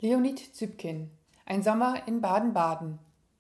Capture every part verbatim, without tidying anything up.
Leonid Zübkin: Ein Sommer in Baden-Baden.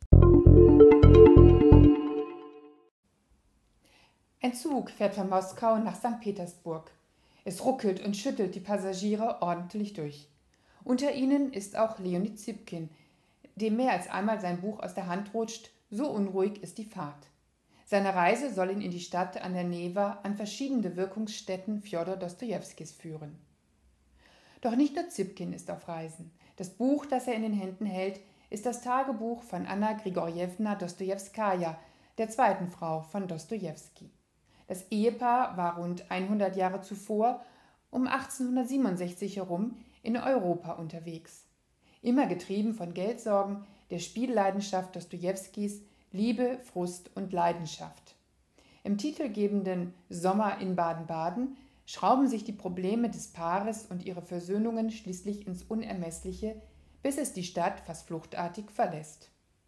Ein Zug fährt von Moskau nach Sankt Petersburg. Es ruckelt und schüttelt die Passagiere ordentlich durch. Unter ihnen ist auch Leonid Zübkin, dem mehr als einmal sein Buch aus der Hand rutscht, so unruhig ist die Fahrt. Seine Reise soll ihn in die Stadt an der Newa an verschiedene Wirkungsstätten Fjodor Dostojewskis führen. Doch nicht nur Zübkin ist auf Reisen. Das Buch, das er in den Händen hält, ist das Tagebuch von Anna Grigorjewna Dostojewskaja, der zweiten Frau von Dostojewski. Das Ehepaar war rund hundert Jahre zuvor, um achtzehnhundertsiebenundsechzig herum, in Europa unterwegs. Immer getrieben von Geldsorgen, der Spielleidenschaft Dostojewskis, Liebe, Frust und Leidenschaft. Im titelgebenden Sommer in Baden-Baden schrauben sich die Probleme des Paares und ihre Versöhnungen schließlich ins Unermessliche, bis es die Stadt fast fluchtartig verlässt.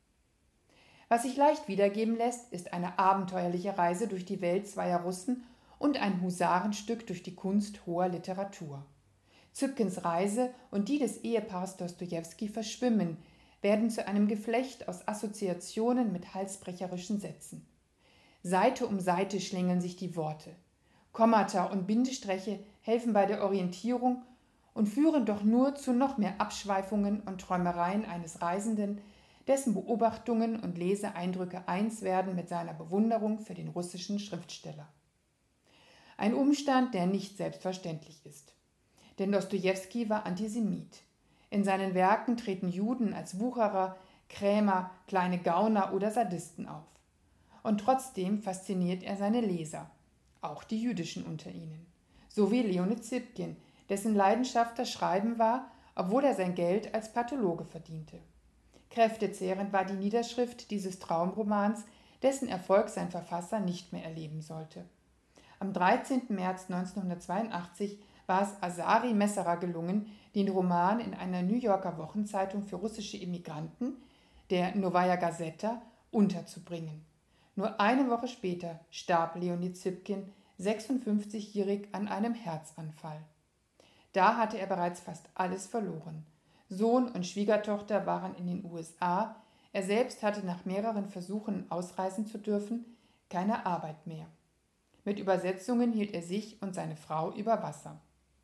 Was sich leicht wiedergeben lässt, ist eine abenteuerliche Reise durch die Welt zweier Russen und ein Husarenstück durch die Kunst hoher Literatur. Zübkins Reise und die des Ehepaars Dostojewski verschwimmen, werden zu einem Geflecht aus Assoziationen mit halsbrecherischen Sätzen. Seite um Seite schlängeln sich die Worte. Kommata und Bindestriche helfen bei der Orientierung und führen doch nur zu noch mehr Abschweifungen und Träumereien eines Reisenden, dessen Beobachtungen und Leseeindrücke eins werden mit seiner Bewunderung für den russischen Schriftsteller. Ein Umstand, der nicht selbstverständlich ist. Denn Dostojewski war Antisemit. In seinen Werken treten Juden als Wucherer, Krämer, kleine Gauner oder Sadisten auf. Und trotzdem fasziniert er seine Leser, auch die Jüdischen unter ihnen. So wie Leonid Zübkin, dessen Leidenschaft das Schreiben war, obwohl er sein Geld als Pathologe verdiente. Kräftezehrend war die Niederschrift dieses Traumromans, dessen Erfolg sein Verfasser nicht mehr erleben sollte. Am dreizehnten März neunzehnhundertzweiundachtzig war es Azari Messerer gelungen, den Roman in einer New Yorker Wochenzeitung für russische Immigranten, der Nowaja Gazeta, unterzubringen. Nur eine Woche später starb Leonid Zübkin, sechsundfünfzigjährig, an einem Herzanfall. Da hatte er bereits fast alles verloren. Sohn und Schwiegertochter waren in den U S A, er selbst hatte nach mehreren Versuchen ausreisen zu dürfen, keine Arbeit mehr. Mit Übersetzungen hielt er sich und seine Frau über Wasser.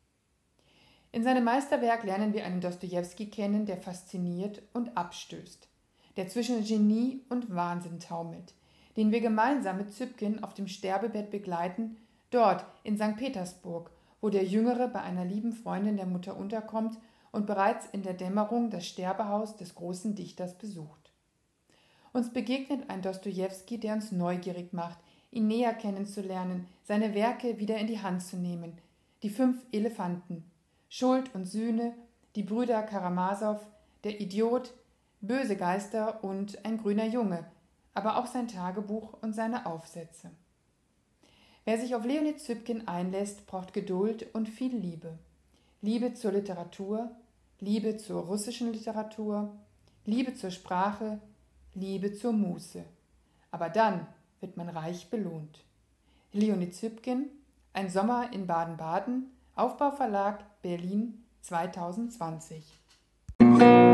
In seinem Meisterwerk lernen wir einen Dostojewski kennen, der fasziniert und abstößt, der zwischen Genie und Wahnsinn taumelt, den wir gemeinsam mit Zübkin auf dem Sterbebett begleiten, dort in Sankt Petersburg, wo der Jüngere bei einer lieben Freundin der Mutter unterkommt und bereits in der Dämmerung das Sterbehaus des großen Dichters besucht. Uns begegnet ein Dostojewski, der uns neugierig macht, ihn näher kennenzulernen, seine Werke wieder in die Hand zu nehmen. Die fünf Elefanten, Schuld und Sühne, die Brüder Karamasow, der Idiot, böse Geister und ein grüner Junge, aber auch sein Tagebuch und seine Aufsätze. Wer sich auf Leonid Zübkin einlässt, braucht Geduld und viel Liebe. Liebe zur Literatur, Liebe zur russischen Literatur, Liebe zur Sprache, Liebe zur Muße. Aber dann wird man reich belohnt. Leonid Zübkin, Ein Sommer in Baden-Baden, Aufbauverlag, Berlin, zweitausendzwanzig.